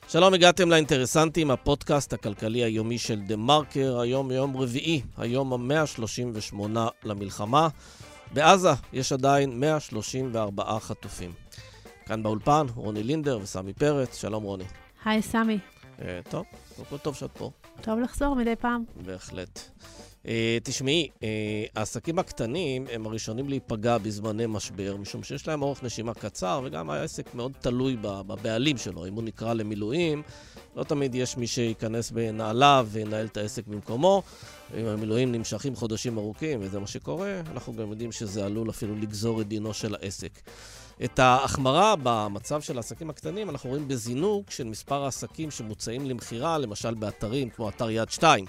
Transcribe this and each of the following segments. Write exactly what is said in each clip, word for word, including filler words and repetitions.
שלום, הגעתם לאינטרסנטים, הפודקאסט הכלכלי היומי של דה מרקר, היום יום רביעי, היום ה-מאה שלושים ושמונה למלחמה. בעזה יש עדיין מאה שלושים וארבעה חטופים. כאן באולפן, רוני לינדר וסמי פרץ. שלום רוני. היי סמי. אה, טוב, כל טוב שאת פה. טוב לחזור מדי פעם. בהחלט. Uh, תשמעי, uh, העסקים הקטנים הם הראשונים להיפגע בזמני משבר, משום שיש להם אורך נשימה קצר, וגם העסק מאוד תלוי בבעלים שלו. אם הוא נקרא למילואים, לא תמיד יש מי שיכנס בנעליו וינהל את העסק במקומו. אם המילואים נמשכים חודשים ארוכים, וזה מה שקורה, אנחנו גם יודעים שזה עלול אפילו לגזור את דינו של העסק. את ההחמרה במצב של העסקים הקטנים אנחנו רואים בזינוק של מספר העסקים שמוצאים למחירה, למשל באתרים כמו אתר יד שתיים.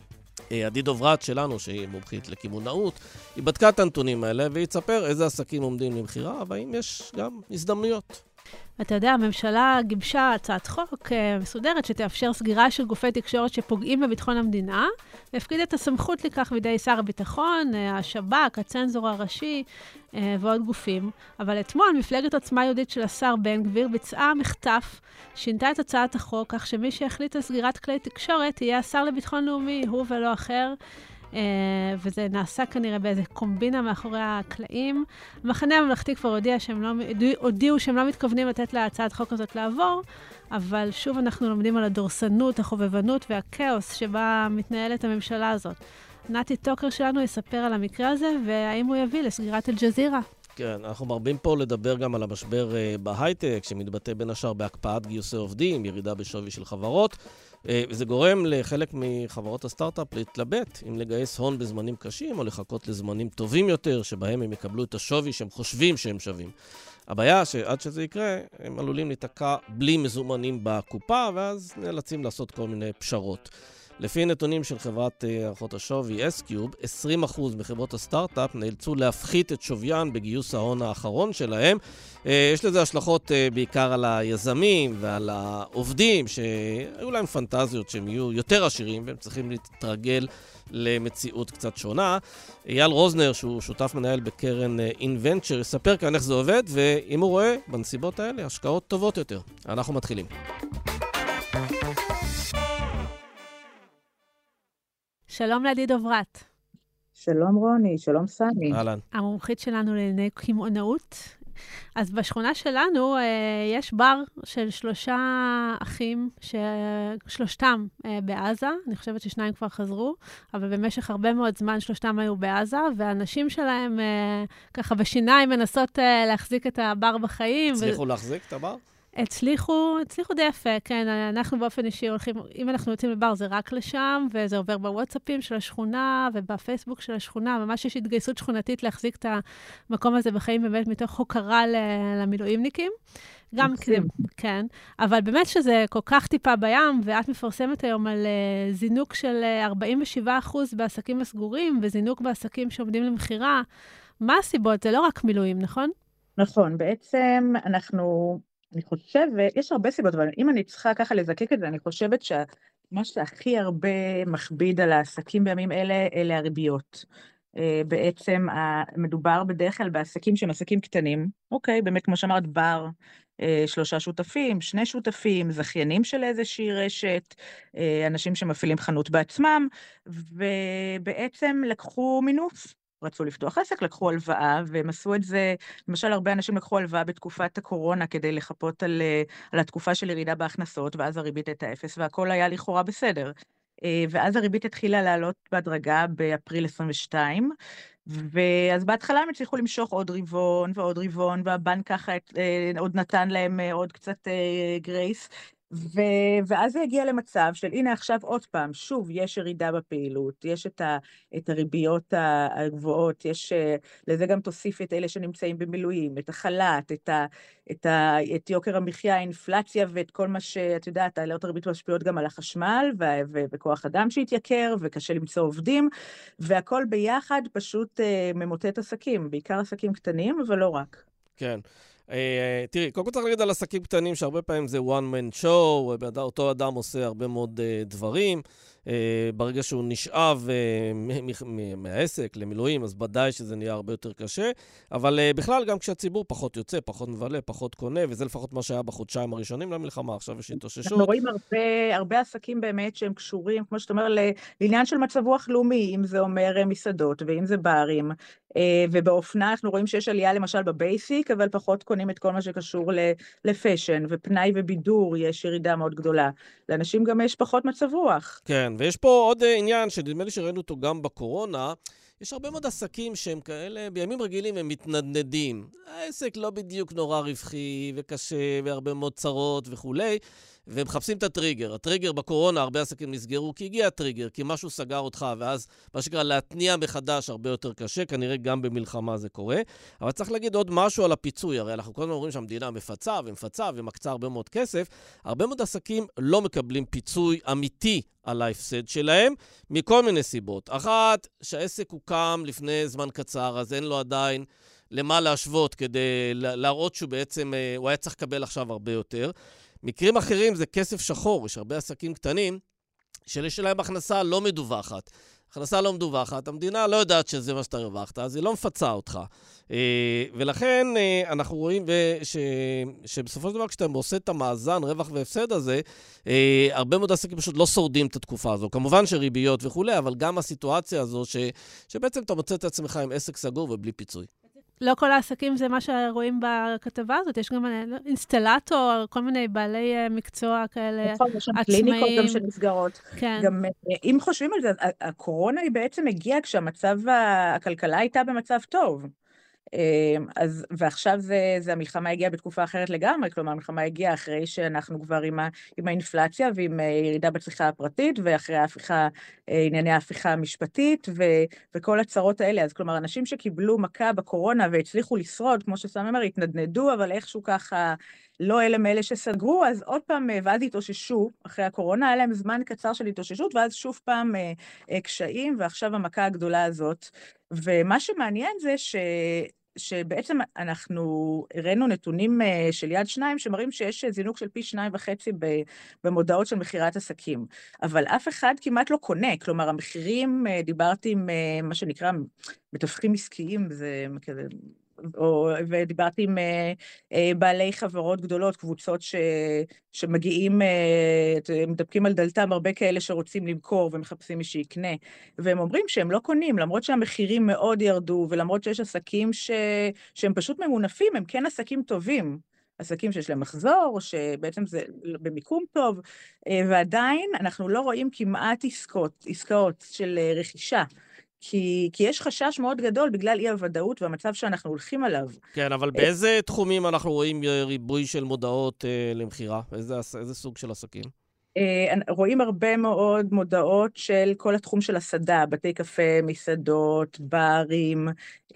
עדי דוברת שלנו, שהיא מומחית לכימונאות, היא בדקה את הנתונים האלה והיא תספר איזה עסקים עומדים למחירה, והאם יש גם הזדמנויות. אתה יודע, הממשלה גיבשה הצעת חוק מסודרת שתאפשר סגירה של גופי תקשורת שפוגעים בביטחון המדינה, והפקיד את הסמכות לכך בידי שר הביטחון, השב"כ, הצנזור הראשי ועוד גופים. אבל אתמול מפלגת עוצמה יהודית של השר בן גביר ביצעה מחטף, שינתה את הצעת החוק, כך שמי שהחליט על סגירת כלי תקשורת יהיה השר לביטחון לאומי, הוא ולא אחר. Uh, וזה נעשה כנראה באיזה קומבינה מאחורי הקלעים. המחנה הממלכתי כבר הודיע שהם לא, הודיעו שהם לא מתכוונים לתת להצעת חוק הזאת לעבור, אבל שוב אנחנו לומדים על הדורסנות, החובבנות והכאוס שבה מתנהלת הממשלה הזאת. נתי טוקר שלנו יספר על המקרה הזה, והאם הוא יביא לסגירת אל-ג'זירה. כן, אנחנו מרבים פה לדבר גם על המשבר uh, בהייטק, שמתבטא בין השאר בהקפאת גיוסי עובדים, ירידה בשווי של חברות, וזה גורם לחלק מחברות הסטארט-אפ להתלבט אם לגייס הון בזמנים קשים או לחכות לזמנים טובים יותר שבהם הם יקבלו את השווי שהם חושבים שהם שווים. הבעיה שעד שזה יקרה הם עלולים להתקע בלי מזומנים בקופה ואז נאלצים לעשות כל מיני פשרות. לפי נתונים של חברת הערכות השווי אס-קיוב, עשרים אחוז מחברות הסטארט-אפ נאלצו להפחית את שוויין בגיוס ההון האחרון שלהם. יש לזה השלכות בעיקר על היזמים ועל העובדים שהיו להם פנטזיות שהם יהיו יותר עשירים והם צריכים להתרגל למציאות קצת שונה. אייל רוזנר, שהוא שותף מנהל בקרן אינבנצ'ר, יספר כאן איך זה עובד, ואם הוא רואה בנסיבות האלה השקעות טובות יותר. אנחנו מתחילים. שלום לעדי דוברת. שלום רוני, שלום סמי. אהלן. המומחית שלנו לענייני קמעונאות. אז בשכונה שלנו אה, יש בר של שלושה אחים, ששלושתם אה, בעזה, אני חושבת ששניים כבר חזרו, אבל במשך הרבה מאוד זמן שלושתם היו בעזה, והאנשים שלהם אה, ככה בשיניים מנסות אה, להחזיק את הבר בחיים. הצליחו ו... להחזיק את הבר? הצליחו, הצליחו די יפה, כן, אנחנו באופן אישי הולכים, אם אנחנו יוצאים לבר זה רק לשם, וזה עובר בוואטסאפים של השכונה, ובפייסבוק של השכונה, ממש יש התגייסות שכונתית להחזיק את המקום הזה בחיים, באמת מתוך הוקרה למילואימניקים. גם כדי, כן, אבל באמת שזה כל כך טיפה בים, ואת מפרסמת היום על uh, זינוק של ארבעים ושבעה אחוז בעסקים הסגורים, וזינוק בעסקים שעומדים למחירה. מה הסיבות? זה לא רק מילואים, נכון? נכון, בעצם אנחנו... אני חושבת, יש הרבה סיבות, אבל אם אני צריכה ככה לזקק את זה, אני חושבת שמה שהכי הרבה מכביד על העסקים בימים אלה, אלה הריביות. בעצם מדובר בדרך כלל בעסקים שהם עסקים קטנים, אוקיי, באמת כמו שאמרת, בר, שלושה שותפים, שני שותפים, זכיינים של איזושהי רשת, אנשים שמפעילים חנות בעצמם, ובעצם לקחו מינוף. רצו לפתוח עסק, לקחו הלוואה, והם עשו את זה, למשל הרבה אנשים לקחו הלוואה בתקופת הקורונה, כדי לחפות על, על התקופה של ירידה בהכנסות, ואז הריבית הייתה אפס, והכל היה לכאורה בסדר. ואז הריבית התחילה לעלות בהדרגה באפריל עשרים ושתיים, ואז בהתחלה הם הצליחו למשוך עוד רבעון ועוד רבעון, והבנק ככה עוד נתן להם עוד קצת גרייס, ו... ואז זה הגיע למצב של, הנה עכשיו עוד פעם, שוב יש ירידה בפעילות, יש את, ה... את הריביות הגבוהות, יש לזה גם תוסיף את אלה שנמצאים במילואים, את החל"ת, את, ה... את, ה... את יוקר המחיה, האינפלציה ואת כל מה שאת יודעת, העלאות הריבית משפיעות גם על החשמל ו... ו... וכוח אדם שהתייקר וקשה למצוא עובדים, והכל ביחד פשוט ממוטט עסקים, בעיקר עסקים קטנים, אבל לא רק. כן. אה, תראי, קודם כל צריך להגיד על עסקים קטנים, שהרבה פעמים זה one man show, אותו אדם עושה הרבה מאוד אה, דברים, אה, ברגע שהוא נשאב אה, מ- מ- מ- מהעסק למילואים, אז ודאי שזה נהיה הרבה יותר קשה, אבל אה, בכלל גם כשהציבור פחות יוצא, פחות מבלה, פחות קונה, וזה לפחות מה שהיה בחודשיים הראשונים למלחמה, עכשיו יש אנחנו התאוששות. רואים הרבה, הרבה עסקים באמת שהם קשורים, כמו שאתה אומר, ל- לעניין של מצב רוח לאומי, אם זה אומר אה, מסעדות ואם זה ברים, אה, ובאופנה אנחנו רואים שיש עלייה למשל בבייסיק, אבל פחות קונים את כל מה שקשור ל- לפשן, ופנאי ובידור, יש ירידה מאוד גדולה. לאנשים גם יש פחות מצב רוח. כן, ויש פה עוד אה, עניין שנדמה לי שראינו אותו גם בקורונה. יש הרבה מאוד עסקים שהם כאלה, בימים רגילים הם מתנדנדים. העסק לא בדיוק נורא רווחי וקשה והרבה מאוד צרות וכולי, והם מחפשים את הטריגר. הטריגר בקורונה, הרבה עסקים נסגרו כי הגיע הטריגר, כי משהו סגר אותך, ואז מה שקרה להתניע מחדש הרבה יותר קשה, כנראה גם במלחמה זה קורה. אבל צריך להגיד עוד משהו על הפיצוי. הרי אנחנו כל הזמן אומרים שהמדינה מפצה ומפצה ומקצה הרבה מאוד כסף. הרבה מאוד עסקים לא מקבלים פיצוי אמיתי על ההפסד שלהם, מכל מיני סיבות. אחת, שהעסק הוקם לפני זמן קצר, אז אין לו עדיין למה להשוות כדי להראות שהוא בעצם, הוא היה צריך לקבל עכשיו הרבה יותר. מקרים אחרים זה כסף שחור, יש הרבה עסקים קטנים שיש להם הכנסה לא מדווחת. הכנסה לא מדווחת, המדינה לא יודעת שזה מה שאתה הרווחת, אז היא לא מפצה אותך. ולכן אנחנו רואים ש... שבסופו של דבר כשאתה עושה את המאזן, רווח והפסד הזה, הרבה מאוד עסקים פשוט לא שורדים את התקופה הזו. כמובן שריביות וכולי, אבל גם הסיטואציה הזו ש... שבעצם אתה מוצא את עצמך עם עסק סגור ובלי פיצוי. לא כל העסקים זה מה שרואים בכתבה הזאת, יש גם אינסטלטור, כל מיני בעלי מקצוע כאלה נכון, יש שם עצמאים. קליניקות גם שנסגרות. כן. גם אם חושבים על זה, הקורונה היא בעצם הגיעה כשהמצב, הכלכלה הייתה במצב טוב. אז, ועכשיו זה, זה המלחמה הגיעה בתקופה אחרת לגמרי, כלומר, המלחמה הגיעה אחרי שאנחנו כבר עם, ה, עם האינפלציה ועם ירידה בצריכה הפרטית, ואחרי ההפיכה, ענייני ההפיכה המשפטית, ו, וכל הצרות האלה. אז כלומר, אנשים שקיבלו מכה בקורונה והצליחו לשרוד, כמו שסמי אומר, התנדנדו, אבל איכשהו ככה, לא אלה מאלה שסגרו, אז עוד פעם, ואז התאוששו אחרי הקורונה, היה להם זמן קצר של התאוששות, ואז שוב פעם קשיים, ועכשיו המכה הגדולה הזאת. ומה שמעניין זה ש... שבעצם אנחנו הראינו נתונים של יד שניים שמראים שיש זינוק של פי שניים וחצי במודעות של מחירת עסקים, אבל אף אחד כמעט לא קונה, כלומר המחירים, דיברתי עם מה שנקרא מתווכים עסקיים, זה כזה... או, ודיברתי עם בעלי חברות גדולות, קבוצות ש, שמגיעים, מדפקים על דלתם הרבה כאלה שרוצים למכור ומחפשים מי שיקנה, והם אומרים שהם לא קונים, למרות שהמחירים מאוד ירדו, ולמרות שיש עסקים ש, שהם פשוט ממונפים, הם כן עסקים טובים, עסקים שיש להם מחזור, שבעצם זה במיקום טוב, ועדיין אנחנו לא רואים כמעט עסקאות, עסקאות של רכישה, כי, כי יש חשש מאוד גדול בגלל אי הוודאות והמצב שאנחנו הולכים עליו. כן, אבל באיזה תחומים אנחנו רואים ריבוי של מודעות אה, למחירה? איזה, איזה סוג של עסקים? אה, רואים הרבה מאוד מודעות של כל התחום של הסדה, בתי קפה, מסעדות, ברים,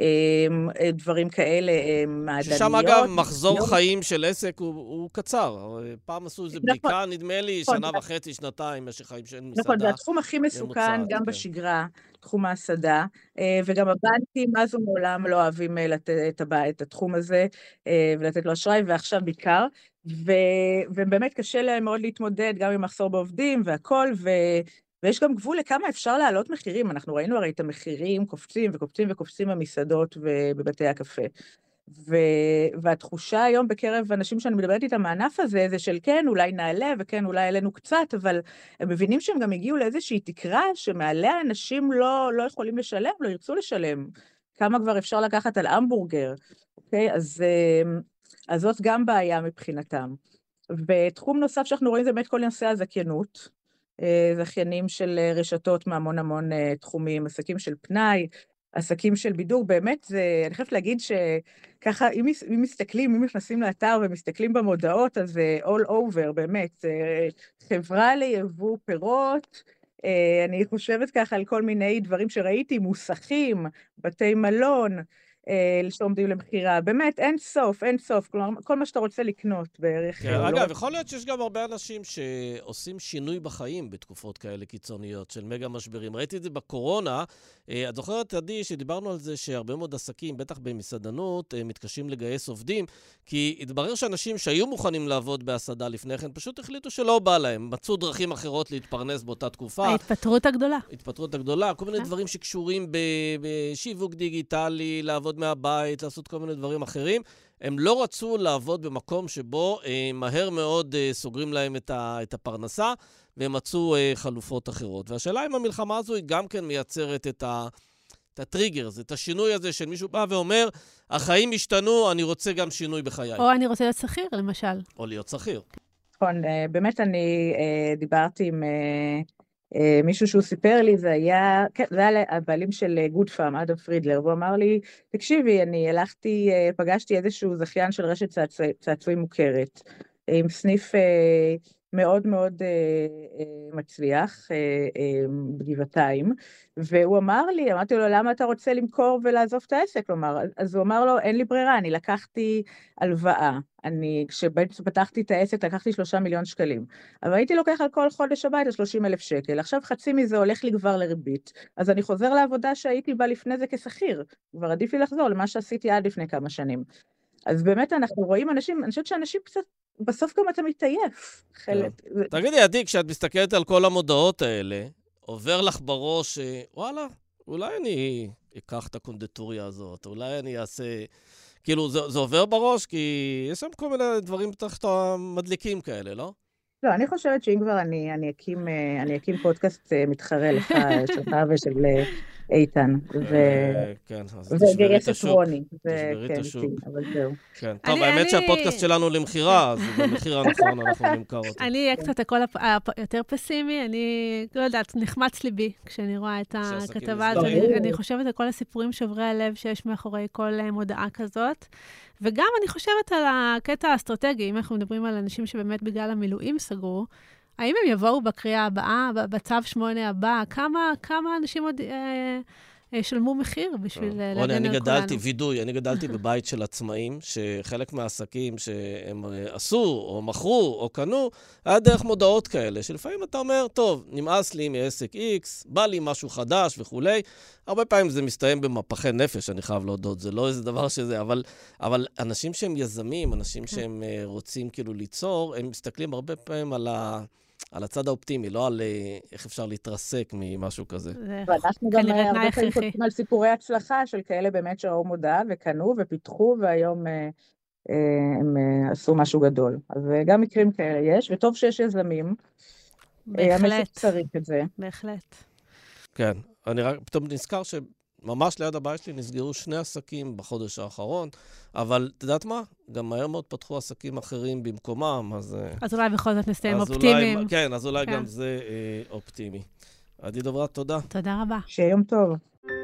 אה, דברים כאלה, אה, מעדניות. ששם אגב, מחזור לא... חיים של עסק הוא, הוא קצר. פעם עשו איזו בדיקה, נכון, נדמה לי, נכון, שנה וחצי, שנתיים, משך חיים של מסעדה. נכון, זה התחום הכי מסוכן, גם כן. בשגרה. תחום ההסדה, וגם הבנקים, אז ומעולם לא אוהבים לתת את התחום הזה, ולתת לו אשראי, ועכשיו בעיקר, ובאמת קשה להם מאוד להתמודד, גם עם מחסור בעובדים והכל, ויש גם גבול לכמה אפשר להעלות מחירים, אנחנו ראינו הרי את המחירים קופצים וקופצים וקופצים במסעדות ובבתי הקפה. והתחושה היום בקרב אנשים שאני מדברת איתם מהענף הזה, זה של כן, אולי נעלה, וכן, אולי עלינו קצת, אבל הם מבינים שהם גם הגיעו לאיזושהי תקרה, שמעליה אנשים לא, לא יכולים לשלם, לא ירצו לשלם. כמה כבר אפשר לקחת על המבורגר, אוקיי? אז, אז זאת גם בעיה מבחינתם. ותחום נוסף שאנחנו רואים זה באמת כל נושא הזכיינות, זכיינים של רשתות מהמון המון תחומים, עסקים של פנאי, עסקים של בידור, באמת, זה, אני חייבת להגיד שככה, אם, אם מסתכלים, אם נכנסים לאתר ומסתכלים במודעות, אז זה all over, באמת, חברה ליבוא פירות, אני חושבת ככה על כל מיני דברים שראיתי, מוסכים, בתי מלון, שעומדים למחירה. באמת, אין סוף, אין סוף. כלומר, כל מה שאתה רוצה לקנות בערך. כן, אגב, יכול להיות שיש גם הרבה אנשים שעושים שינוי בחיים בתקופות כאלה קיצוניות של מגה משברים. ראיתי את זה בקורונה. את זוכרת, עדי, שדיברנו על זה שהרבה מאוד עסקים, בטח במסעדנות, מתקשים לגייס עובדים, כי התברר שאנשים שהיו מוכנים לעבוד בהסעדה לפני כן, פשוט החליטו שלא בא להם. מצאו דרכים אחרות להתפרנס באותה תקופה. ההתפטרות הגדולה. ההתפטרות הגדולה, כל מיני דברים שקשורים בשיווק דיגיטלי, לעבוד מהבית, לעשות כל מיני דברים אחרים. הם לא רצו לעבוד במקום שבו אה, מהר מאוד אה, סוגרים להם את, ה, את הפרנסה, והם מצאו אה, חלופות אחרות. והשאלה אם המלחמה הזו היא גם כן מייצרת את, ה, את הטריגר, את השינוי הזה של מישהו בא ואומר, החיים השתנו, אני רוצה גם שינוי בחיי. או אני רוצה להיות שכיר, למשל. או להיות שכיר. נכון, באמת אני דיברתי עם מישהו שהוא סיפר לי, זה היה, כן, זה היה הבעלים של גוד פארם, אדם פרידלר, והוא אמר לי, תקשיבי, אני הלכתי, פגשתי איזשהו זכיין של רשת צעצועים מוכרת, עם סניף מאוד מאוד מצליח בגבעתיים, והוא אמר לי, אמרתי לו, למה אתה רוצה למכור ולעזוב את העסק? כלומר, אז הוא אמר לו, אין לי ברירה, אני לקחתי הלוואה, אני, כשפתחתי את העסק, לקחתי שלושה מיליון שקלים, אבל הייתי לוקח על כל חודש הביתה שלושים אלף שקל, עכשיו חצי מזה הולך לי כבר לריבית, אז אני חוזר לעבודה שהייתי בה לפני זה כשכיר, כבר עדיף לי לחזור למה שעשיתי עד לפני כמה שנים. אז באמת אנחנו רואים אנשים, אני חושבת שאנשים קצת, בסוף גם אתה מתעייף. תגידי, עדי, כשאת מסתכלת על כל המודעות האלה, עובר לך בראש, וואלה, אולי אני אקח את הקונדטוריה הזאת, אולי אני אעשה... כאילו, זה, זה עובר בראש, כי יש שם כל מיני דברים תחת המדליקים כאלה, לא? לא, אני חושבת שאם כבר אני, אני אקים, אני אקים פודקאסט מתחרה לך, שלך ושל איתן, וגייס את רוני. תשברי את השוק. כן, טוב, האמת שהפודקאסט שלנו למחירה, אז במחיר הנכון אנחנו נמכר אותו. אני אהיה קצת הכל יותר פסימי, אני לא יודעת, נחמץ ליבי כשאני רואה את הכתבה הזאת. אני חושבת על כל הסיפורים שוברי הלב שיש מאחורי כל מודעה כזאת, וגם אני חושבת על הקטע האסטרטגי, אם אנחנו מדברים על אנשים שבאמת בגלל המילואים סגרו, האם הם יבואו בקריאה הבאה, בצו שמונה הבא, כמה, כמה אנשים עוד אה, אה, שלמו מחיר בשביל להגן על כולנו? אני גדלתי, וידוי, אני גדלתי בבית של עצמאים, שחלק מהעסקים שהם עשו, או מכרו, או קנו, היה דרך מודעות כאלה, שלפעמים אתה אומר, טוב, נמאס לי מעסק X, בא לי משהו חדש וכולי, הרבה פעמים זה מסתיים במפחי נפש, אני חייב להודות, זה לא איזה דבר שזה, אבל, אבל אנשים שהם יזמים, אנשים שהם רוצים כאילו ליצור, הם מסתכלים הרבה פעמים על ה... על הצד האופטימי, לא על איך אפשר להתרסק ממשהו כזה. ואנחנו גם הרבה פעמים כותבים על סיפורי הצלחה של כאלה באמת שראו מודעה וקנו ופיתחו, והיום הם עשו משהו גדול. אז גם מקרים כאלה יש, וטוב שיש יזמים. בהחלט. צריך את זה. בהחלט. כן, אני רק פתאום נזכר ש... ממש ליד הבית שלי נסגרו שני עסקים בחודש האחרון, אבל את יודעת מה? גם מהר מאוד פתחו עסקים אחרים במקומם, אז... אז אולי בכל זאת נסתיים אופטימיים. אולי, כן, אז אולי כן. גם זה אה, אופטימי. עדי דוברת, תודה. תודה רבה. שיהיה יום טוב.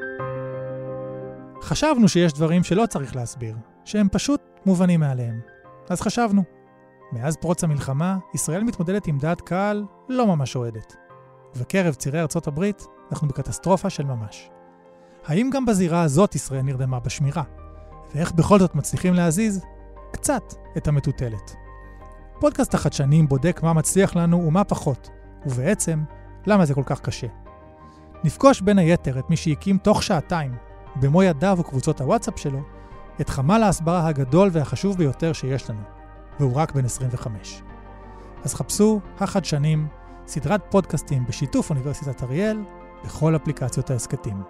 חשבנו שיש דברים שלא צריך להסביר, שהם פשוט מובנים מעליהם. אז חשבנו. מאז פרוץ המלחמה, ישראל מתמודדת עם דעת קהל לא ממש אוהדת. ובקרב צירי ארצות הברית, אנחנו בקטסטרופה של ממש. האם גם בזירה הזאת ישראל נרדמה בשמירה? ואיך בכל זאת מצליחים להזיז קצת את המטוטלת? פודקאסט החדשנים בודק מה מצליח לנו ומה פחות, ובעצם למה זה כל כך קשה. נפגוש בין היתר את מי שהקים תוך שעתיים, במו ידיו וקבוצות הוואטסאפ שלו, את חמ"ל ההסברה הגדול והחשוב ביותר שיש לנו, והוא רק בן עשרים וחמש. אז חפשו החדשנים, סדרת פודקאסטים בשיתוף אוניברסיטת אריאל, בכל אפליקציות העסקתים.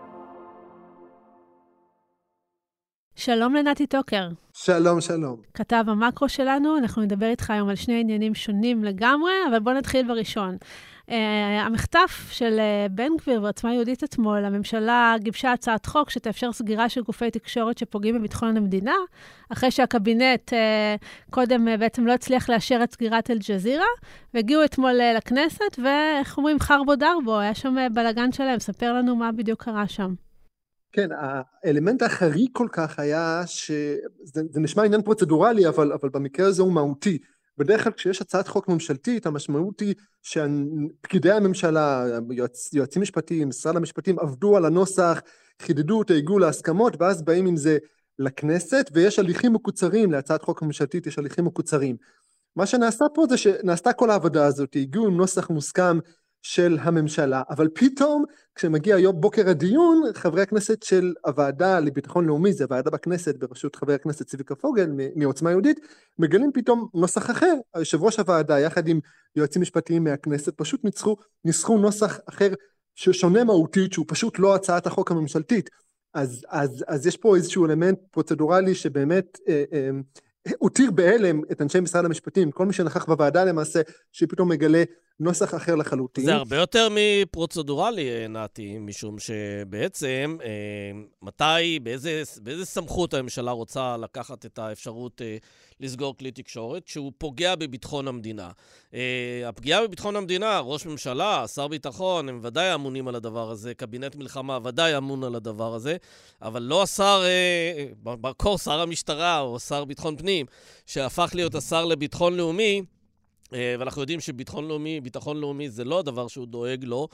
שלום לנתי טוקר. שלום, שלום. כתב המקרו שלנו, אנחנו נדבר איתך היום על שני עניינים שונים לגמרי, אבל בוא נתחיל בראשון. Uh, המחטף של uh, בן גביר ועוצמה יהודית אתמול, הממשלה גיבשה הצעת חוק שתאפשר סגירה של גופי תקשורת שפוגעים בביטחון המדינה, אחרי שהקבינט uh, קודם uh, בעצם לא הצליח לאשר את סגירת אל-ג'זירה, והגיעו אתמול uh, לכנסת, ואיך אומרים, חרבו דרבו, היה שם uh, בלגן שלהם, ספר לנו מה בדיוק קרה שם. כן, האלמנט החריג כל כך היה שזה זה נשמע עניין פרוצדורלי, אבל, אבל במקרה הזה הוא מהותי. בדרך כלל כשיש הצעת חוק ממשלתית, המשמעות היא שפקידי הממשלה, יועצ, יועצים משפטיים, משרד המשפטים, עבדו על הנוסח, חידדו, תהיגו להסכמות, ואז באים עם זה לכנסת, ויש הליכים מקוצרים, להצעת חוק הממשלתית יש הליכים מקוצרים. מה שנעשה פה זה שנעשתה כל העבודה הזאת, הגיעו עם נוסח מוסכם של הממשלה, אבל פתאום כשמגיע יום בוקר הדיון, חברי הכנסת של הוועדה לביטחון לאומי, זה הוועדה בכנסת בראשות חבר הכנסת צביקה פוגל מעוצמה יהודית, מגלים פתאום נוסח אחר. יושב ראש הוועדה יחד עם יועצים משפטיים מהכנסת פשוט ניסחו, ניסחו נוסח אחר ששונה מהותית, שהוא פשוט לא הצעת החוק הממשלתית. אז, אז, אז יש פה איזשהו אלמנט פרוצדורלי שבאמת אה, אה, הותיר בהלם את אנשי משרד המשפטים, כל מי שנכח בוועדה למעשה, שפתאום מגלה נוסח אחר לחלוטין. זה הרבה יותר מפרוצדורלי, נעתי, משום שבעצם אה, מתי, באיזה, באיזה סמכות הממשלה רוצה לקחת את האפשרות אה, לסגור כלי תקשורת, שהוא פוגע בביטחון המדינה. אה, הפגיעה בביטחון המדינה, ראש ממשלה, שר ביטחון, הם ודאי אמונים על הדבר הזה, קבינט מלחמה ודאי אמון על הדבר הזה, אבל לא השר, אה, בקור שר המשטרה או שר ביטחון פנים, שהפך להיות השר לביטחון לאומי, ואנחנו יודעים שביטחון לאומי, ביטחון לאומי זה לא הדבר שהוא דואג לו,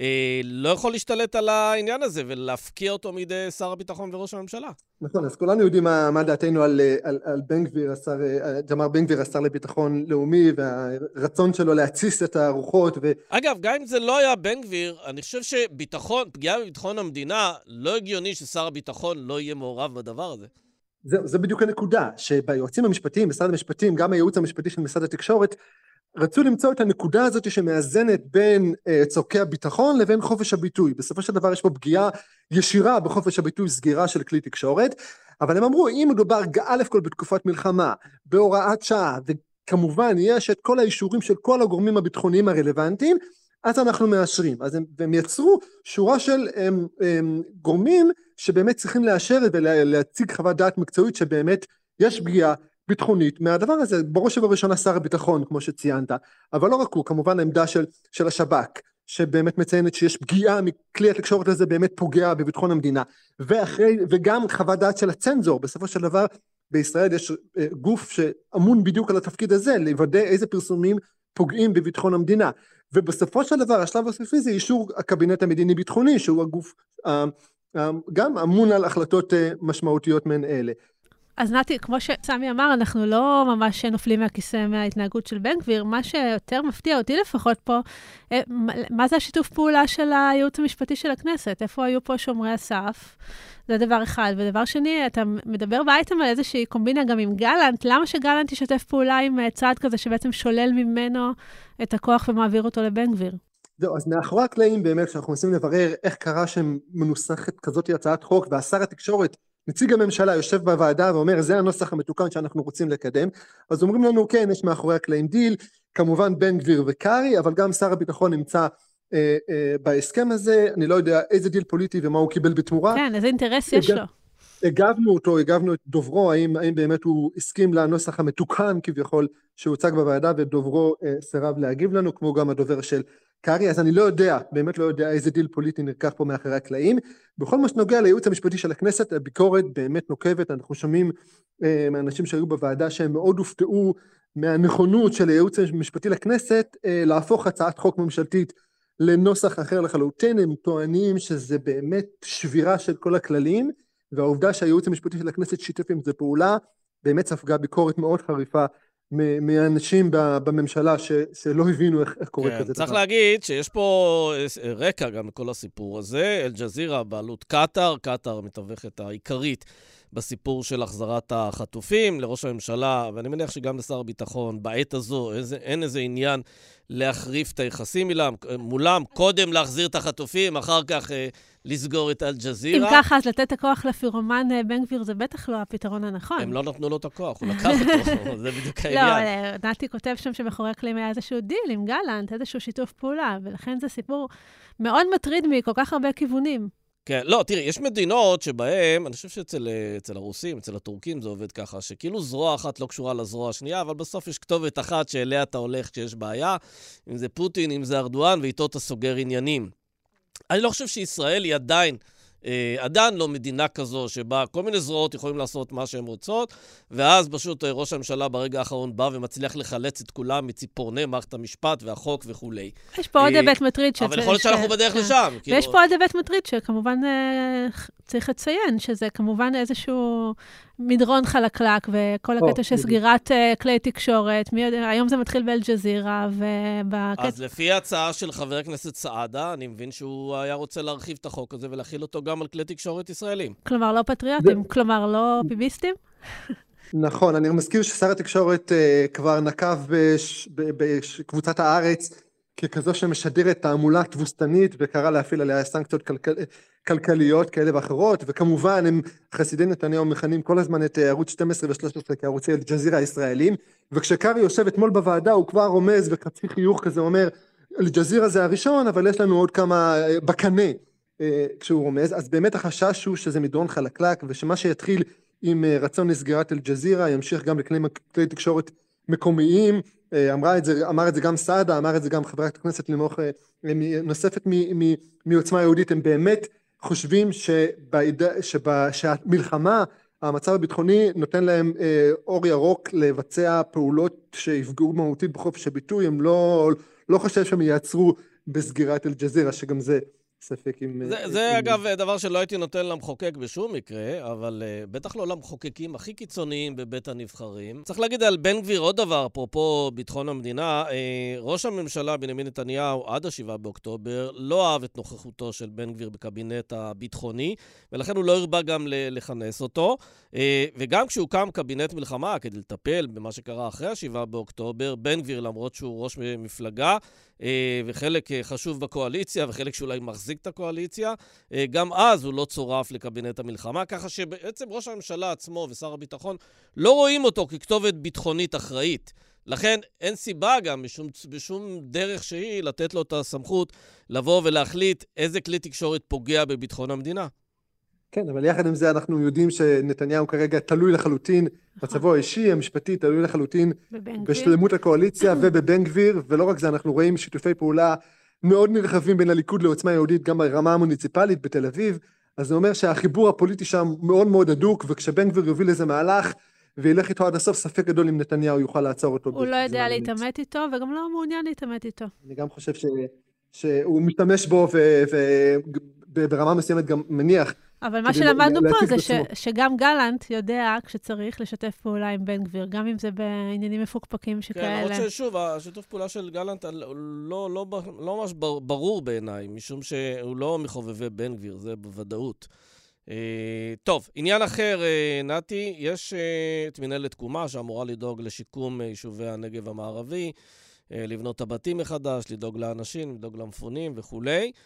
לא יכול להשתלט על העניין הזה ולהפקיע אותו מידי שר הביטחון וראש הממשלה. נכון, אז כולנו יודעים מה, מה דעתנו על, על, על בן גביר, השר, ג'מאר בן גביר, השר לביטחון לאומי, והרצון שלו להציס את הרוחות. ו... אגב, גם אם זה לא היה בן גביר, אני חושב שביטחון, פגיעה בביטחון המדינה, לא הגיוני ששר הביטחון לא יהיה מעורב בדבר הזה. זה, זה בדיוק הנקודה, שביועצים המשפטיים, משרד המשפטים, גם הייעוץ המשפטי של משרד התקשורת, רצו למצוא את הנקודה הזאת שמאזנת בין uh, צורכי הביטחון לבין חופש הביטוי. בסופו של דבר יש פה פגיעה ישירה בחופש הביטוי, סגירה של כלי תקשורת, אבל הם אמרו, אם מדובר א' כל בתקופת מלחמה, בהוראת שעה, וכמובן יש את כל האישורים של כל הגורמים הביטחוניים הרלוונטיים, אז אנחנו מאשרים. אז הם, הם יצרו שורה של הם, הם, גורמים שבאמת צריכים לאשר ולהציג חוות דעת מקצועית שבאמת יש פגיעה ביטחונית מהדבר הזה, בראש ובראשונה שר הביטחון כמו שציינת, אבל לא רק הוא, כמובן העמדה של, של השב"כ שבאמת מציינת שיש פגיעה מכלי התקשורת הזה, באמת פוגע בביטחון המדינה, ואחרי, וגם חוות דעת של הצנזור. בסופו של דבר בישראל יש גוף שאמון בדיוק על התפקיד הזה, לוודא איזה פרסומים פוגעים בביטחון המדינה, ובסופו של דבר השלב הסופי זה אישור הקבינט המדיני ביטחוני, שהוא הגוף גם אמון על החלטות משמעותיות מן אלה. אז נתי, כמו שסמי אמר, אנחנו לא ממש נופלים מהכיסא מההתנהגות של בן גביר. מה שיותר מפתיע אותי לפחות פה, מה זה השיתוף פעולה של הייעוץ המשפטי של הכנסת? איפה היו פה שומרי הסף? זה דבר אחד. ודבר שני, אתה מדבר באייטם על איזושהי קומבינה גם עם גלנט. למה שגלנט ישתף פעולה עם צעד כזה שבעצם שולל ממנו את הכוח ומעביר אותו לבן גביר? זהו, אז מאחורי הקלעים באמת, שאנחנו מנסים לברר איך קרה שמנוסחת כזאת הצעת חוק, והשר התקשורת, נציג הממשלה יושב בוועדה ואומר, זה הנוסח המתוקן שאנחנו רוצים לקדם, אז אומרים לנו, כן, יש מאחורי הקלעים דיל, כמובן בן גביר וקרי, אבל גם שר הביטחון נמצא אה, אה, בהסכם הזה, אני לא יודע איזה דיל פוליטי ומה הוא קיבל בתמורה. כן, איזה אינטרס יש לו. הגבנו אותו, הגבנו את דוברו, האם, האם באמת הוא הסכים לנוסח המתוקן כביכול שהוצג בוועדה, ודוברו אה, סירב להגיב לנו, כמו גם הדובר של קרי, אז אני לא יודע, באמת לא יודע איזה דיל פוליטי נרקח פה מאחורי הקלעים. בכל מה שנוגע לייעוץ המשפטי של הכנסת, הביקורת באמת נוקבת, אנחנו שומעים אה, מהאנשים שהיו בוועדה שהם מאוד הופתעו מהנכונות של הייעוץ המשפטי לכנסת, אה, להפוך הצעת חוק ממשלתית לנוסח אחר לחלוטין. הם טוענים שזה באמת שבירה של כל הכללים, והעובדה שהייעוץ המשפטי של הכנסת שיתף עם זה פעולה, באמת ספגה ביקורת מאוד חריפה, מאנשים בממשלה ש, שלא הבינו איך, איך קורה כן, כזה. צריך דבר. להגיד שיש פה רקע גם לכל הסיפור הזה. אל-ג'זירה, בעלות קטר, קטר מתווכת העיקרית בסיפור של החזרת החטופים לראש הממשלה, ואני מניח שגם לשר הביטחון, בעת הזו איזה, אין איזה עניין להחריף את היחסים מולם, מולם, קודם להחזיר את החטופים, אחר כך אה, לסגור את אל-ג'זירה. אם ככה, אז לתת את הכוח לפירומן בן גביר, זה בטח לא הפתרון הנכון. הם לא נתנו לו את הכוח, הוא לקח אותו, זה בדיוק העניין. לא, נתי כותב שם שמאחורי הקלעים היה איזשהו דיל עם גלנט, איזשהו שיתוף פעולה, ולכן זה סיפור מאוד מטריד מכל כך הרבה כיוונים. כן, לא, תראי, יש מדינות שבהן, אני חושב שאצל אצל הרוסים, אצל הטורקים זה עובד ככה, שכאילו זרוע אחת לא קשורה לזרוע השנייה, אבל בסוף יש כתובת אחת שאליה אתה הולך כשיש בעיה, אם זה פוטין, אם זה ארדואן, ואיתו אתה סוגר עניינים. אני לא חושב שישראל היא עדיין, אה, עדיין לא מדינה כזו, שבה כל מיני זרועות יכולים לעשות מה שהן רוצות, ואז פשוט אה, ראש הממשלה ברגע האחרון בא ומצליח לחלץ את כולם מציפורני מערכת המשפט והחוק וכו'. יש פה עוד היבט מטריד. אבל יכול להיות שאנחנו בדרך לשם. ויש פה עוד היבט מטריד שכמובן צריך לציין שזה כמובן איזשהו מדרון חלקלק, וכל הקטע של בדיוק. סגירת אה, כלי תקשורת, מי יודע, היום זה מתחיל באל-ג'זירה, ובקטע... אז לפי ההצעה של חבר הכנסת סעדה, אני מבין שהוא היה רוצה להרחיב את החוק הזה ולהכיל אותו גם על כלי תקשורת ישראלים. כלומר, לא פטריוטים, כלומר, לא ביביסטים? נכון, אני מזכיר ששר התקשורת uh, כבר נקב בש, בקבוצת הארץ ככזו שמשדרת תעמולה תבוסתנית וקרא להפעיל עליה סנקציות כלכל, כלכליות כאלה ואחרות, וכמובן הם חסידי נתניהו מכנים כל הזמן את ערוץ שתים עשרה ו-שלוש עשרה כערוצי אל-ג'זירה הישראלים, וכשקרי יושב אתמול בוועדה הוא כבר רומז וחצי חיוך כזה אומר אל-ג'זירה זה הראשון אבל יש לנו עוד כמה בקנה uh, כשהוא רומז, אז באמת החשש הוא שזה מדרון חלקלק ושמה שיתחיל עם רצון לסגירת אל-ג'זירה, ימשיך גם לכלי תקשורת מקומיים, אמרה את זה, אמר את זה גם סעדה, אמר את זה גם חברת הכנסת לימור נוספת מעוצמה יהודית, הם באמת חושבים שבעיד... שבה... שהמלחמה, המצב הביטחוני נותן להם אור ירוק לבצע פעולות שיפגעו מהותית בחופש הביטוי, הם לא, לא חושב שהם ייעצרו בסגירת אל-ג'זירה, שגם זה ספק עם... זה, זה עם... אגב דבר שלא הייתי נותן למחוקק בשום מקרה, אבל uh, בטח לא למחוקקים הכי קיצוניים בבית הנבחרים. צריך להגיד על בן גביר עוד דבר, אפרופו ביטחון המדינה, uh, ראש הממשלה בנימין נתניהו עד השבעה באוקטובר לא אהב את נוכחותו של בן גביר בקבינט הביטחוני, ולכן הוא לא הרבה גם לכנס אותו, uh, וגם כשהוקם קבינט מלחמה כדי לטפל במה שקרה אחרי השבעה באוקטובר, בן גביר למרות שהוא ראש מפלגה, וחלק חשוב בקואליציה, וחלק שאולי מחזיק את הקואליציה, גם אז הוא לא צורף לקבינט המלחמה, ככה שבעצם ראש הממשלה עצמו ושר הביטחון לא רואים אותו ככתובת ביטחונית אחראית. לכן אין סיבה גם בשום, בשום דרך שהיא לתת לו את הסמכות לבוא ולהחליט איזה כלי תקשורת פוגע בביטחון המדינה. כן, אבל יחד עם זה אנחנו יודעים שנתניהו כרגע תלוי לחלוטין, מצבו האישי, המשפטי, תלוי לחלוטין בשלמות הקואליציה ובבן גביר, ולא רק זה, אנחנו רואים שיתופי פעולה מאוד נרחבים בין הליכוד לעוצמה יהודית, גם ברמה המוניציפלית בתל אביב, אז זה אומר שהחיבור הפוליטי שם מאוד מאוד הדוק, וכשבן גביר יוביל איזה מהלך, וילך איתו עד הסוף, ספק גדול אם נתניהו יוכל לעצור אותו. הוא לא יודע להתעמת איתו, וגם לא מעוניין להתעמת איתו. אני גם חושב ש... שהוא משתמש בו וברמה מסוימת גם מניח. אבל מה שלמדנו פה זה ש, שגם גלנט יודע כשצריך לשתף פעולה עם בן גביר, גם אם זה בעניינים מפוקפקים שכאלה. כן, עוד ששוב, השיתוף פעולה של גלנט לא, לא, לא, לא ממש ברור בעיניי, משום שהוא לא מחובבי בן גביר, זה בוודאות. טוב, עניין אחר, נתי, יש את מנהלת תקומה שאמורה לדאוג לשיקום יישובי הנגב המערבי, לבנות הבתים מחדש, לדאוג לאנשים, לדאוג למפונים וכו'.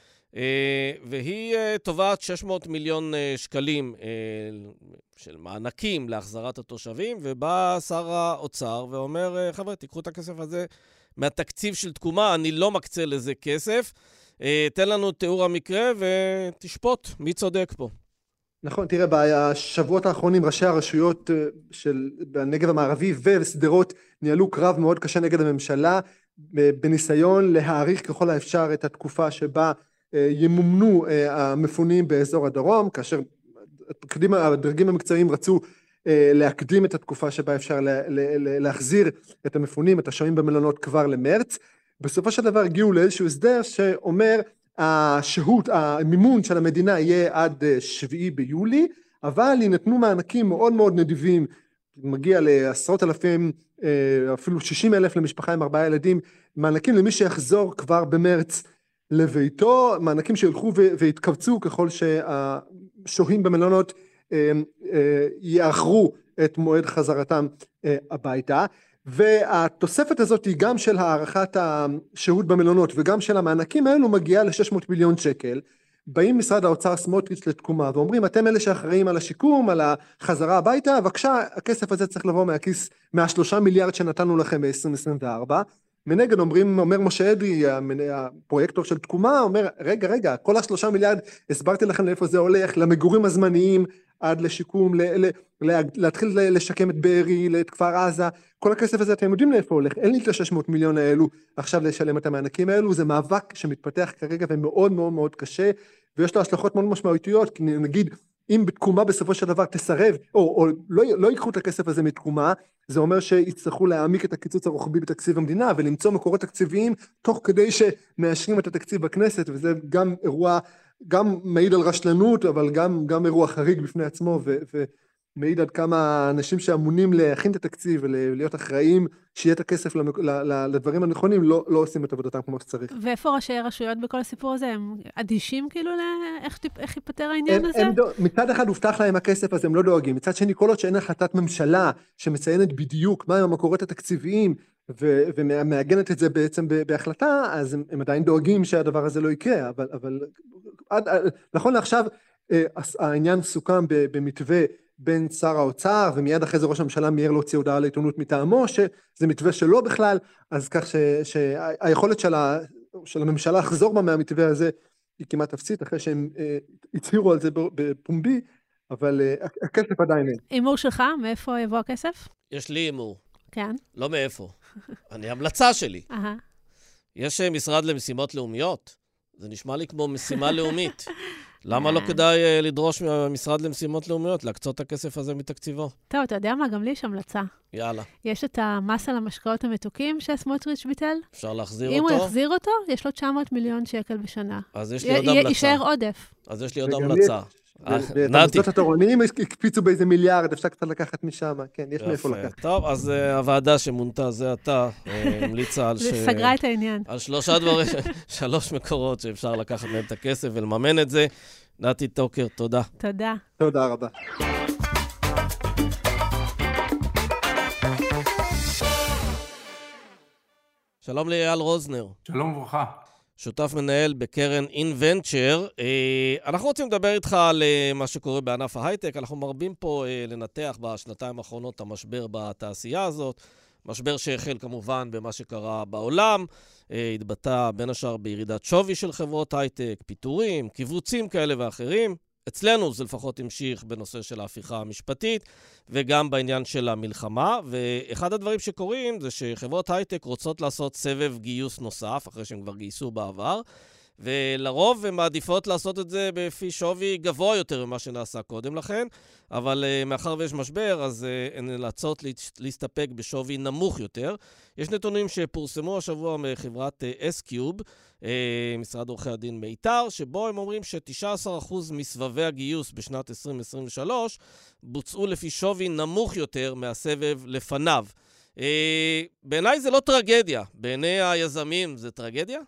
והיא תובעת שש מאות מיליון שקלים של מענקים להחזרת התושבים, ובא שר האוצר ואומר, חבר'ה, תיקחו את הכסף הזה מהתקציב של תקומה, אני לא מקצה לזה כסף. תן לנו תיאור המקרה ותשפוט מי צודק פה. נכון, תראה, בשבועות האחרונים ראשי הרשויות של הנגב המערבי וסדרות ניהלו קרב מאוד קשה נגד הממשלה, בניסיון להאריך ככל האפשר את התקופה שבה ימומנו המפונים באזור הדרום, כאשר הדרגים המקצועיים רצו להקדים את התקופה שבה אפשר להחזיר את המפונים, את השוהים במלונות כבר למרץ. בסופו של דבר הגיעו לאיזשהו הסדר שאומר, השהות, המימון של המדינה יהיה עד שביעי ביולי, אבל יינתנו מענקים מאוד מאוד נדיבים, מגיע לעשרות אלפים, אפילו שישים אלף למשפחה עם ארבעה ילדים, מענקים למי שיחזור כבר במרץ לביתו, מענקים שילכו והתכווצו ככל שהשוהים במלונות יאחרו את מועד חזרתם הביתה, והתוספת הזאת היא גם של הערכת השהות במלונות וגם של המענקים האלו מגיעה ל-שש מאות מיליון שקל. באים משרד האוצר סמוטריץ' לתקומה ואומרים, אתם אלה שאחראים על השיקום, על החזרה הביתה, בבקשה, הכסף הזה צריך לבוא מהכיס, מהשלושה מיליארד שנתנו לכם ב-עשרים עשרים וארבע. מנגד אומרים, אומר משה אדרי, הפרויקטור של תקומה, אומר, רגע, רגע, כל השלושה מיליארד, הסברתי לכם לאיפה זה הולך, למגורים הזמניים, עד לשיקום, ל- ל- ל- להתחיל לשקם את בארי, את כפר עזה, כל הכסף הזה אתם יודעים לאיפה הולך, אין לי את ה-שש מאות מיליון האלו עכשיו לשלם את המענקים האלו, זה מאבק שמתפתח כרגע ומאוד מאוד מאוד קשה, ויש לו השלכות מאוד משמעותיות, כי נגיד, אם בתקומה בסופו של דבר תסרב, או, או לא, לא ייקחו את הכסף הזה מתקומה, זה אומר שיצטרכו להעמיק את הקיצוץ הרוחבי בתקציב המדינה, ולמצוא מקורות תקציביים, תוך כדי שמאשרים את התקציב בכנסת, וזה גם אירוע גם מעיד על רשלנות, אבל גם, גם אירוע חריג בפני עצמו, ו, ומעיד עד כמה אנשים שאמונים להכין את התקציב ולהיות אחראים, שיהיה את הכסף למק... לדברים הנכונים, לא, לא עושים את עבודתם כמו שצריך. ואיפה ראשי הרשויות בכל הסיפור הזה? הם אדישים כאילו לאיך איך ייפטר העניין הם, הזה? הם דו... מצד אחד הובטח להם הכסף, אז הם לא דואגים. מצד שני, כל עוד שאין החלטת ממשלה שמציינת בדיוק מה הם המקורות התקציביים, ו... ומעגנת את זה בעצם בהחלטה, אז הם, הם עדיין דואגים שהדבר הזה לא יקרה. אבל, אבל עד... נכון לעכשיו, העניין סוכם במתווה בין שר האוצר, ומיד אחרי זה ראש הממשלה מיהר להוציא הודעה לעיתונות מטעמו, שזה מתווה שלו בכלל, אז כך ש, שהיכולת של, ה, של הממשלה לחזור בה מהמתווה הזה, היא כמעט אפסית, אחרי שהם אה, הצהירו על זה בפומבי, אבל אה, הכסף עדיין אין. אימור שלך, מאיפה יבוא הכסף? יש לי אימור. כן. לא מאיפה. אני המלצה שלי. Aha. יש משרד למשימות לאומיות. זה נשמע לי כמו משימה לאומית. למה לא כדאי לדרוש מהמשרד למשימות לאומיות, להקצות את הכסף הזה מתקציבו? טוב, אתה יודע מה? גם לי יש המלצה. יאללה. יש את המס על המשקאות המתוקים שסמוטריץ' ביטל. אפשר להחזיר אם אותו? אם הוא יחזיר אותו, יש לו תשע מאות מיליון שקל בשנה. אז יש לי עוד המלצה. יישאר עודף. אז יש לי עוד המלצה. ואת המוסדות התורניים הקפיצו באיזה מיליארד, אפשר קצת לקחת משם, כן, יש מאיפה לקחת. טוב, אז הוועדה שמונתה זה אתה, המליצה על ש... סגרה את העניין. על שלושה דברים, שלוש מקורות שאפשר לקחת מהם את הכסף ולממן את זה. נתי טוקר, תודה. תודה. תודה רבה. שלום לאייל רוזנר. שלום וברכה. שותף מנהל בקרן אינבנצ'ר. אנחנו רוצים לדבר איתך על מה שקורה בענף ההייטק. אנחנו מרבים פה לנתח בשנתיים האחרונות המשבר בתעשייה הזאת. משבר שהחל כמובן במה שקרה בעולם. התבטא בין השאר בירידת שווי של חברות הייטק, פיטורים, קיבוצים כאלה ואחרים. אצלנו זה לפחות המשיך בנושא של ההפיכה המשפטית, וגם בעניין של המלחמה. ואחד הדברים שקורים זה שחברות הייטק רוצות לעשות סבב גיוס נוסף, אחרי שהם כבר גייסו בעבר, ולרוב הן מעדיפות לעשות את זה בפי שווי גבוה יותר ממה שנעשה קודם לכן, אבל uh, מאחר ויש משבר, אז uh, הן נאלצות להסתפק בשווי נמוך יותר. יש נתונים שפורסמו השבוע מחברת S-Cube, uh, משרד עורכי הדין מיתר, שבו הם אומרים ש-תשעה עשר אחוז מסבבי הגיוס בשנת עשרים עשרים ושלוש בוצעו לפי שווי נמוך יותר מהסבב לפניו. Uh, בעיניי זה לא טרגדיה. בעיני היזמים זה טרגדיה?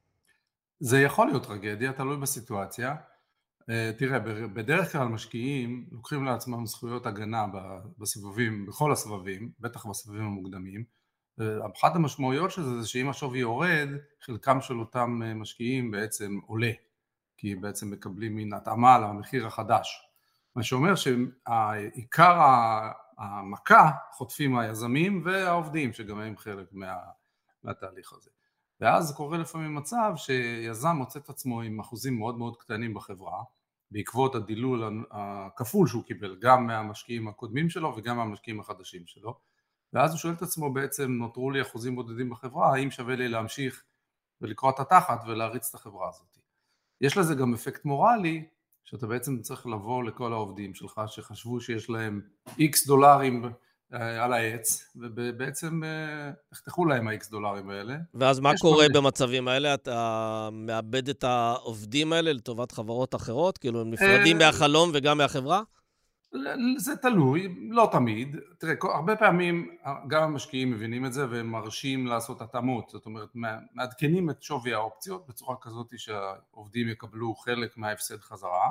זה יכול להיות טרגדיה, תלוי בסיטואציה. תראה, בדרך כלל משקיעים לוקחים לעצמם זכויות הגנה בסבבים, בכל הסבבים, בטח בסבבים המוקדמים. אחת המשמעויות של זה זה שאם השווי יורד, חלקם של אותם משקיעים בעצם עולה, כי בעצם מקבלים מין התאמה למחיר החדש. מה שאומר שעיקר המכה חוטפים היזמים והעובדים, שגם הם חלק מה, מהתהליך הזה. ואז קורה לפעמים מצב שיזם מוצא את עצמו עם אחוזים מאוד מאוד קטנים בחברה, בעקבות הדילול הכפול שהוא קיבל, גם מהמשקיעים הקודמים שלו וגם מהמשקיעים החדשים שלו, ואז הוא שואל את עצמו בעצם, נותרו לי אחוזים בודדים בחברה, האם שווה לי להמשיך ולקרוא את התחת ולהריץ את החברה הזאת. יש לזה גם אפקט מורלי, שאתה בעצם צריך לבוא לכל העובדים שלך, שחשבו שיש להם איקס דולרים על העץ, ובעצם תחתכו להם ה-X דולרים האלה. ואז מה קורה במצבים האלה? אתה מאבד את העובדים האלה לטובת חברות אחרות? כאילו הם נפרדים מהחלום וגם מהחברה? זה תלוי, לא תמיד. תראה, הרבה פעמים גם המשקיעים מבינים את זה, והם מרשים לעשות התאמות. זאת אומרת, מעדכנים את שווי האופציות, בצורה כזאת שהעובדים יקבלו חלק מההפסד חזרה.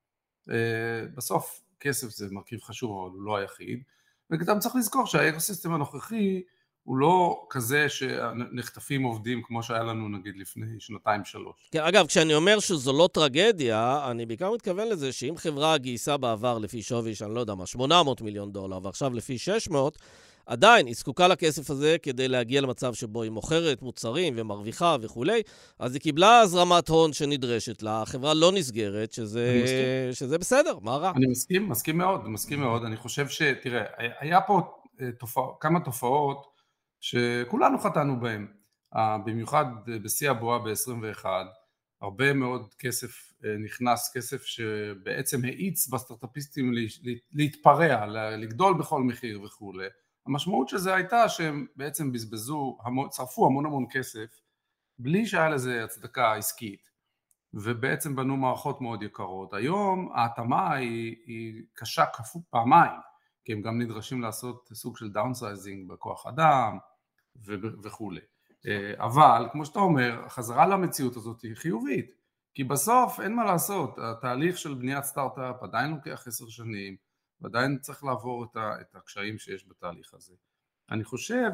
בסוף, כסף זה מרכיב חשוב, אבל הוא לא היחיד. וגם צריך לזכור שהאקוסיסטם הנוכחי הוא לא כזה שנחטפים עובדים כמו שהיה לנו נגיד לפני שנתיים שלוש. כן, אגב, כשאני אומר שזו לא טרגדיה, אני בעיקר מתכוון לזה שאם חברה גייסה בעבר לפי שווי, שאני לא יודע מה, שמונה מאות מיליון דולר, ועכשיו לפי שש מאות, עדיין היא זקוקה לכסף הזה כדי להגיע למצב שבו היא מוכרת מוצרים ומרוויחה וכולי, אז היא קיבלה הזרמת הון שנדרשת לה, החברה לא נסגרת, שזה, שזה בסדר, מה רע? אני מסכים, מסכים מאוד, מסכים מאוד. אני חושב שתראה, היה פה תופע, כמה תופעות שכולנו חטאנו בהן, במיוחד בשיא הבועה ב-עשרים ואחת, הרבה מאוד כסף נכנס, כסף שבעצם האיץ בסטארט-אפיסטים להתפרע, לגדול בכל מחיר וכולי. המשמעות של זה הייתה שהם בעצם בזבזו, צרפו המון המון כסף, בלי שהיה לזה הצדקה עסקית. ובעצם בנו מערכות מאוד יקרות. היום ההתאמה היא, היא קשה כפות פעמיים, כי הם גם נדרשים לעשות סוג של דאונסייזינג בכוח אדם וכו'. אבל כמו שאתה אומר, החזרה למציאות הזאת היא חיובית, כי בסוף אין מה לעשות, התהליך של בניית סטארט-אפ עדיין לוקח עשר שנים, ועדיין צריך לעבור את, ה, את הקשיים שיש בתהליך הזה. אני חושב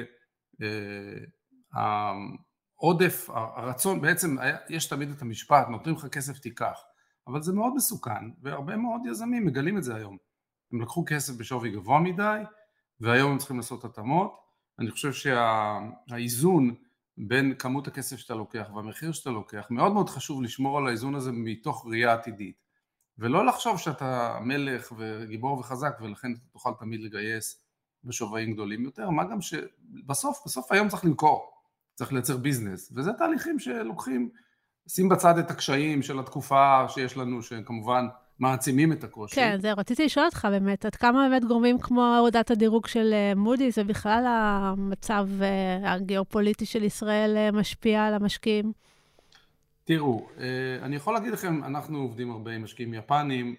שהעודף, הרצון, בעצם יש תמיד את המשפט, נותנים לך כסף תיקח, אבל זה מאוד מסוכן, והרבה מאוד יזמים מגלים את זה היום. הם לקחו כסף בשווי גבוה מדי, והיום הם צריכים לעשות התאמות. אני חושב שהאיזון בין כמות הכסף שאתה לוקח והמחיר שאתה לוקח, מאוד מאוד חשוב לשמור על האיזון הזה מתוך ראייה עתידית, ולא לחשוב שאתה מלך וגיבור וחזק, ולכן אתה תוכל תמיד לגייס בשווים גדולים יותר, מה גם שבסוף, בסוף היום צריך למכור, צריך לייצר ביזנס, וזה תהליכים שלוקחים, שים בצד את הקשיים של התקופה שיש לנו, שכמובן מעצימים את הקושי. כן, זה רציתי לשאול אותך באמת, עד כמה באמת גורמים כמו הורדת הדירוג של מודי'ס, ובכלל המצב הגיאופוליטי של ישראל משפיע על המשקיעים? תראו, אני יכול להגיד לכם, אנחנו עובדים הרבה עם משקיעים יפנים,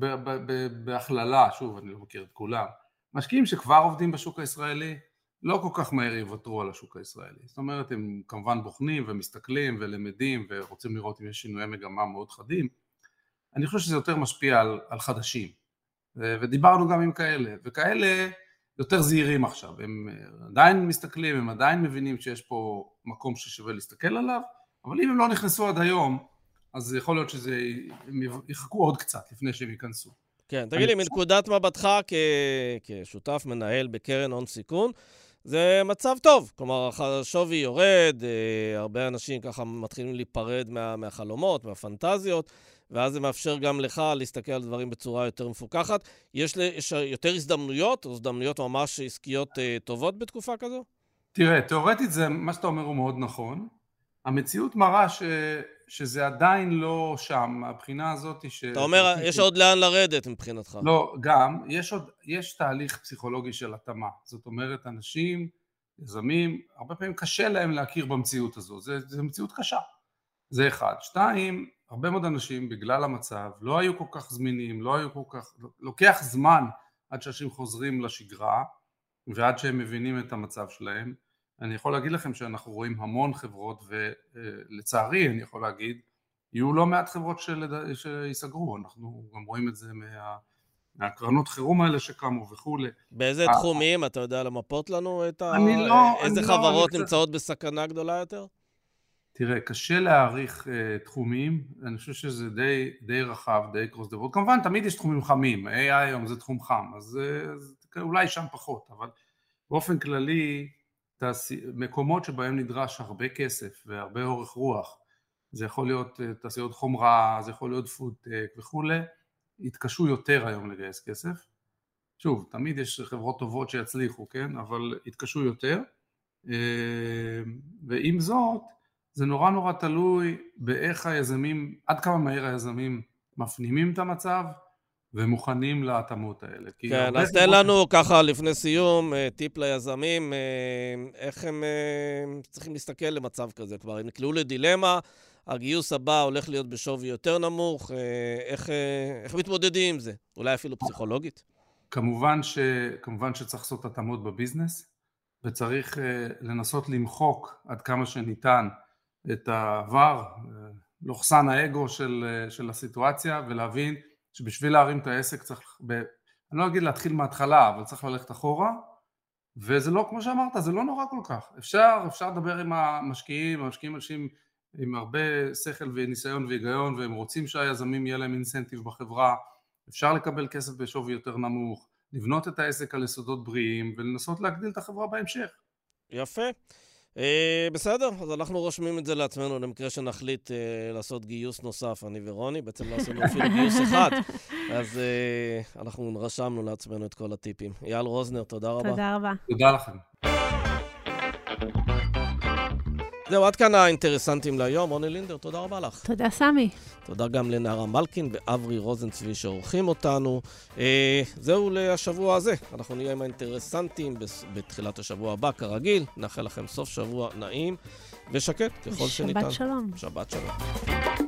בהכללה, שוב, אני לא מכיר את כולם, משקיעים שכבר עובדים בשוק הישראלי, לא כל כך מהר יוותרו על השוק הישראלי. זאת אומרת, הם כמובן בוחנים ומסתכלים ולמדים ורוצים לראות אם יש שינויי מגמה מאוד חדים. אני חושב שזה יותר משפיע על, על חדשים. ודיברנו גם עם כאלה, וכאלה יותר זהירים עכשיו. הם עדיין מסתכלים, הם עדיין מבינים שיש פה מקום ששווה להסתכל עליו, אבל אם הם לא נכנסו עד היום, אז יכול להיות שזה, הם יחכו עוד קצת לפני שהם ייכנסו. כן, תגיד לי, מנקודת מבטך כשותף מנהל בקרן הון סיכון, זה מצב טוב, כלומר, השווי יורד, הרבה אנשים ככה מתחילים להיפרד מה, מהחלומות, מהפנטזיות, ואז זה מאפשר גם לך להסתכל על דברים בצורה יותר מפוקחת. יש, יש יותר הזדמנויות, או הזדמנויות ממש עסקיות טובות בתקופה כזו? תראה, תיאורטית זה, מה שאתה אומר הוא מאוד נכון. המציאות מראה ש, שזה עדיין לא שם, הבחינה הזאת ש... אתה אומר, יש עוד לאן לרדת מבחינתך. לא, גם, יש עוד, יש תהליך פסיכולוגי של התאמה. זאת אומרת, אנשים, יזמים, הרבה פעמים קשה להם להכיר במציאות הזו. זה, זה מציאות קשה. זה אחד. שתיים, הרבה מאוד אנשים, בגלל המצב, לא היו כל כך זמינים, לא היו כל כך... לוקח זמן עד שאנשים חוזרים לשגרה, ועד שהם מבינים את המצב שלהם. אני יכול להגיד לכם שאנחנו רואים המון חברות, ולצערי אני יכול להגיד, יהיו לא מעט חברות שיסגרו, אנחנו גם רואים את זה מה... מהקרנות חירום האלה שקמו וכו'. באיזה תחומים, אתה יודע למפות לנו את ה... לא, איזה חברות לא, נמצאות בסכנה גדולה יותר? תראה, קשה להעריך uh, תחומים, אני חושב שזה די, די רחב, די קרוס דברות. כמובן, תמיד יש תחומים חמים, איי איי היום זה תחום חם, אז uh, אולי שם פחות, אבל באופן כללי, תעשי, מקומות שבהם נדרש הרבה כסף והרבה אורך רוח, זה יכול להיות uh, תעשיות חומרה, זה יכול להיות פודטק וכו', התקשו יותר היום לגייס כסף. שוב, תמיד יש חברות טובות שיצליחו, כן? אבל התקשו יותר. Uh, ועם זאת, זה נורא נורא תלוי באיך היזמים, עד כמה מהר היזמים מפנימים את המצב ומוכנים להתאמות האלה. כן, אז תן לנו ככה לפני סיום, טיפ ליזמים, איך הם צריכים להסתכל למצב כזה כבר. הם נקלעו לדילמה, הגיוס הבא הולך להיות בשווי יותר נמוך, איך, איך מתמודדים עם זה? אולי אפילו פסיכולוגית? כמובן, ש, כמובן שצריך לעשות התאמות בביזנס, וצריך לנסות למחוק עד כמה שניתן את העבר, לוחסן האגו של, של הסיטואציה, ולהבין שבשביל להרים את העסק צריך, ב, אני לא אגיד להתחיל מההתחלה, אבל צריך ללכת אחורה, וזה לא, כמו שאמרת, זה לא נורא כל כך. אפשר, אפשר לדבר עם המשקיעים, המשקיעים אנשים עם הרבה שכל וניסיון והיגיון, והם רוצים שהיזמים יהיה להם אינסנטיב בחברה, אפשר לקבל כסף בשווי יותר נמוך, לבנות את העסק על יסודות בריאים, ולנסות להגדיל את החברה בהמשך. יפה. בסדר, אז אנחנו רושמים את זה לעצמנו, למקרה שנחליט לעשות גיוס נוסף, אני ורוני, בעצם לא עשינו אפילו גיוס אחד, אז אנחנו רשמנו לעצמנו את כל הטיפים. אייל רוזנר, תודה רבה. תודה רבה. תודה לכם. זהו, עד כאן האינטרסנטים להיום. רוני לינדר, תודה רבה לך. תודה, סמי. תודה גם לנערה מלכין ואברי רוזנצבי שעורכים אותנו. אה, זהו לשבוע הזה. אנחנו נהיה עם האינטרסנטים בתחילת השבוע הבא, כרגיל. נאחל לכם סוף שבוע נעים ושקט ככל שניתן. שבת שלום. שבת שלום.